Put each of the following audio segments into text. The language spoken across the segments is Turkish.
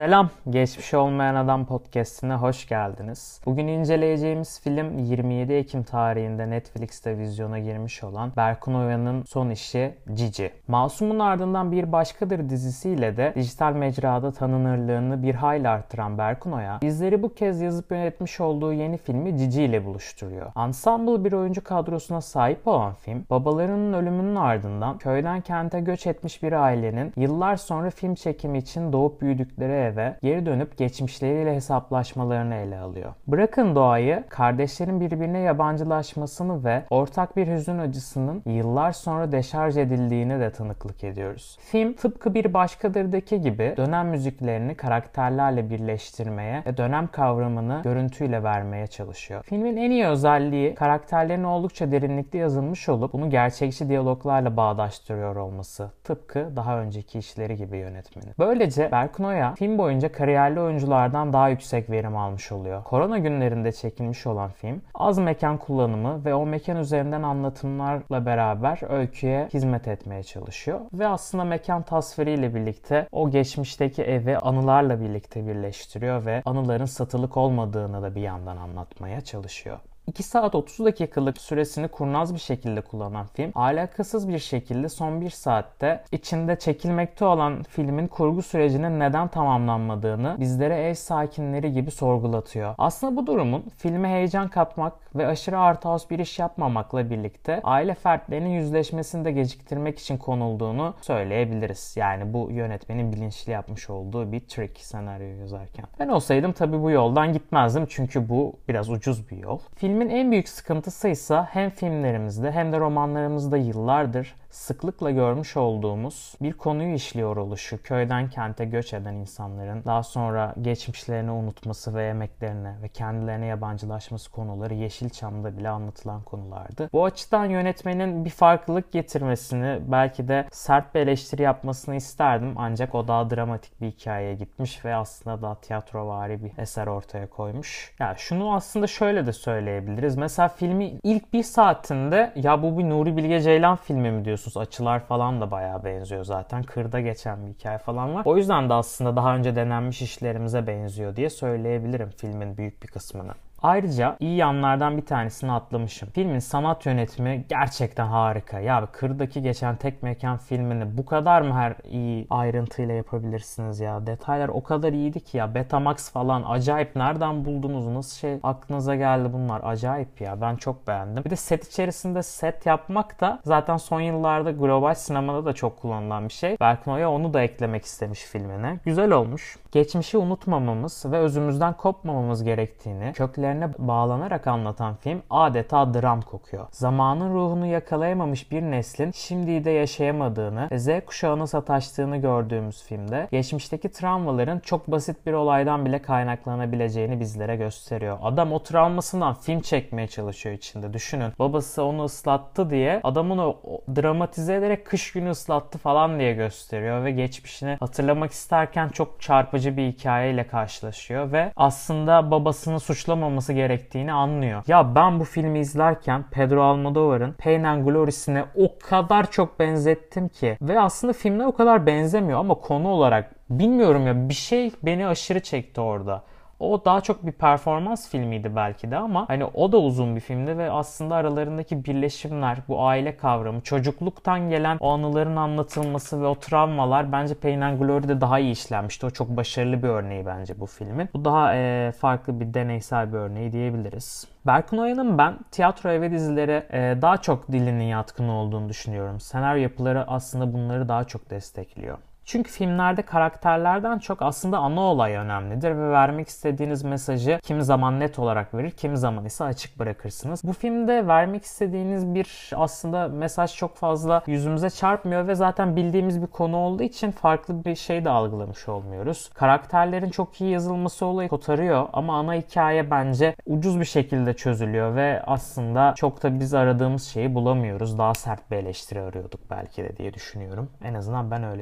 Selam, Geçmiş Olmayan Adam podcast'ine hoş geldiniz. Bugün inceleyeceğimiz film 27 Ekim tarihinde Netflix'te vizyona girmiş olan Berkun Oya'nın son işi Cici. Masum'un ardından Bir Başkadır dizisiyle de dijital mecrada tanınırlığını bir hayli arttıran Berkun Oya, bizleri bu kez yazıp yönetmiş olduğu yeni filmi Cici ile buluşturuyor. Ensemble bir oyuncu kadrosuna sahip olan film, babalarının ölümünün ardından köyden kente göç etmiş bir ailenin yıllar sonra film çekimi için doğup büyüdükleri ve geri dönüp geçmişleriyle hesaplaşmalarını ele alıyor. Bırakın doğayı, kardeşlerin birbirine yabancılaşmasını ve ortak bir hüzün acısının yıllar sonra deşarj edildiğine de tanıklık ediyoruz. Film tıpkı Bir Başkadır'daki gibi dönem müziklerini karakterlerle birleştirmeye ve dönem kavramını görüntüyle vermeye çalışıyor. Filmin en iyi özelliği karakterlerin oldukça derinlikli yazılmış olup bunu gerçekçi diyaloglarla bağdaştırıyor olması. Tıpkı daha önceki işleri gibi yönetmenin. Böylece Berkun Oya film boyunca kariyerli oyunculardan daha yüksek verim almış oluyor. Korona günlerinde çekilmiş olan film, az mekan kullanımı ve o mekan üzerinden anlatımlarla beraber öyküye hizmet etmeye çalışıyor. Ve aslında mekan tasviriyle birlikte o geçmişteki evi anılarla birlikte birleştiriyor ve anıların satılık olmadığını da bir yandan anlatmaya çalışıyor. 2 saat 30 dakikalık süresini kurnaz bir şekilde kullanan film, alakasız bir şekilde son 1 saatte içinde çekilmekte olan filmin kurgu sürecinin neden tamamlanmadığını bizlere ev sakinleri gibi sorgulatıyor. Aslında bu durumun filme heyecan katmak ve aşırı art house bir iş yapmamakla birlikte aile fertlerinin yüzleşmesini de geciktirmek için konulduğunu söyleyebiliriz. Yani bu yönetmenin bilinçli yapmış olduğu bir trick senaryo yazarken. Ben olsaydım tabii bu yoldan gitmezdim çünkü bu biraz ucuz bir yol. Filmin en büyük sıkıntısı ise hem filmlerimizde hem de romanlarımızda yıllardır sıklıkla görmüş olduğumuz bir konuyu işliyor oluşu. Köyden kente göç eden insanların daha sonra geçmişlerini unutması ve emeklerine ve kendilerine yabancılaşması konuları Yeşilçam'da bile anlatılan konulardı. Bu açıdan yönetmenin bir farklılık getirmesini, belki de sert bir eleştiri yapmasını isterdim. Ancak o daha dramatik bir hikayeye gitmiş ve aslında daha tiyatrovari bir eser ortaya koymuş. Ya şunu aslında şöyle de söyleyebiliriz. Mesela filmi ilk 1 saatinde ya bu bir Nuri Bilge Ceylan filmi mi diyorsunuz? Açılar falan da bayağı benziyor zaten. Kırda geçen bir hikaye falan var. O yüzden de aslında daha önce denenmiş işlerimize benziyor diye söyleyebilirim filmin büyük bir kısmını. Ayrıca iyi yanlardan bir tanesini atlamışım. Filmin sanat yönetimi gerçekten harika. Ya Kır'daki geçen tek mekan filmini bu kadar mı her iyi ayrıntıyla yapabilirsiniz ya? Detaylar o kadar iyiydi ki ya. Betamax falan acayip. Nereden buldunuz? Nasıl aklınıza geldi bunlar? Acayip ya. Ben çok beğendim. Bir de set içerisinde set yapmak da zaten son yıllarda global sinemada da çok kullanılan bir şey. Berkun Oya onu da eklemek istemiş filmine. Güzel olmuş. Geçmişi unutmamamız ve özümüzden kopmamamız gerektiğini, köklerine bağlanarak anlatan film adeta dram kokuyor. Zamanın ruhunu yakalayamamış bir neslin şimdiyi de yaşayamadığını ve Z kuşağına sataştığını gördüğümüz filmde geçmişteki travmaların çok basit bir olaydan bile kaynaklanabileceğini bizlere gösteriyor. Adam o travmasından film çekmeye çalışıyor içinde. Düşünün, babası onu ıslattı diye adamın o dramatize ederek kış günü ıslattı falan diye gösteriyor ve geçmişini hatırlamak isterken çok çarpıcı bir hikayeyle karşılaşıyor ve aslında babasını suçlamaması gerektiğini anlıyor. Ya ben bu filmi izlerken Pedro Almodovar'ın Pain and Glory'sine o kadar çok benzettim ki ve aslında filmler o kadar benzemiyor ama konu olarak bilmiyorum ya, bir şey beni aşırı çekti orada. O daha çok bir performans filmiydi belki de ama hani o da uzun bir filmdi ve aslında aralarındaki birleşimler, bu aile kavramı, çocukluktan gelen o anıların anlatılması ve o travmalar bence Pain and Glory'de daha iyi işlenmişti. O çok başarılı bir örneği bence bu filmin. Bu daha farklı bir deneysel bir örneği diyebiliriz. Berkun Oya'nın ben tiyatro ve dizilere daha çok dilinin yatkın olduğunu düşünüyorum. Senaryo yapıları aslında bunları daha çok destekliyor. Çünkü filmlerde karakterlerden çok aslında ana olay önemlidir ve vermek istediğiniz mesajı kimi zaman net olarak verir, kimi zaman ise açık bırakırsınız. Bu filmde vermek istediğiniz bir aslında mesaj çok fazla yüzümüze çarpmıyor ve zaten bildiğimiz bir konu olduğu için farklı bir şey de algılamış olmuyoruz. Karakterlerin çok iyi yazılması olayı kotarıyor ama ana hikaye bence ucuz bir şekilde çözülüyor ve aslında çok da biz aradığımız şeyi bulamıyoruz. Daha sert bir eleştiri arıyorduk belki de diye düşünüyorum. En azından ben öyle düşündüm.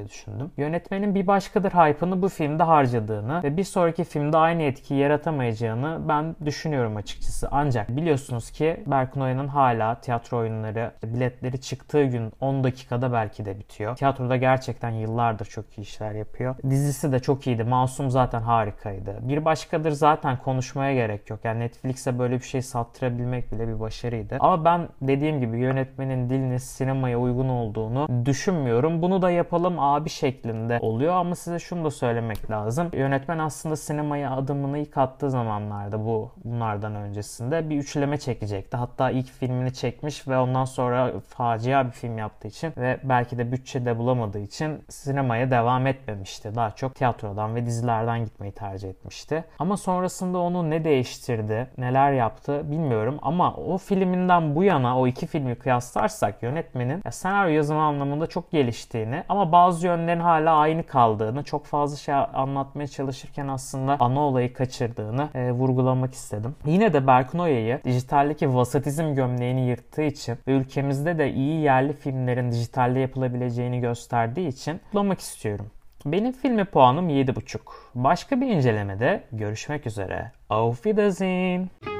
puanım, yönetmenin bir başkadır hype'ını bu filmde harcadığını ve bir sonraki filmde aynı etkiyi yaratamayacağını ben düşünüyorum açıkçası. Ancak biliyorsunuz ki Berkun Oya'nın hala tiyatro oyunları biletleri çıktığı gün 10 dakikada belki de bitiyor. Tiyatroda gerçekten yıllardır çok iyi işler yapıyor. Dizisi de çok iyiydi. Masum zaten harikaydı. Bir başkadır zaten konuşmaya gerek yok. Yani Netflix'e böyle bir şey sattırabilmek bile bir başarıydı. Ama ben dediğim gibi yönetmenin dilinin sinemaya uygun olduğunu düşünmüyorum. Bunu da yapalım abi şeklinde oluyor ama size şunu da söylemek lazım. Yönetmen aslında sinemaya adımını ilk attığı zamanlarda bunlardan öncesinde bir üçleme çekecekti. Hatta ilk filmini çekmiş ve ondan sonra facia bir film yaptığı için ve belki de bütçe de bulamadığı için sinemaya devam etmemişti. Daha çok tiyatrodan ve dizilerden gitmeyi tercih etmişti. Ama sonrasında onu ne değiştirdi, neler yaptı bilmiyorum ama o filminden bu yana o iki filmi kıyaslarsak yönetmenin senaryo yazımı anlamında çok geliştiğini ama bazı yönlerin hala aynı kaldığını, çok fazla şey anlatmaya çalışırken aslında ana olayı kaçırdığını vurgulamak istedim. Yine de Berkun Oya'yı dijitaldeki vasatizm gömleğini yırttığı için ve ülkemizde de iyi yerli filmlerin dijitalde yapılabileceğini gösterdiği için kutlamak istiyorum. Benim filme puanım 7,5. Başka bir incelemede görüşmek üzere. Auf Wiedersehen.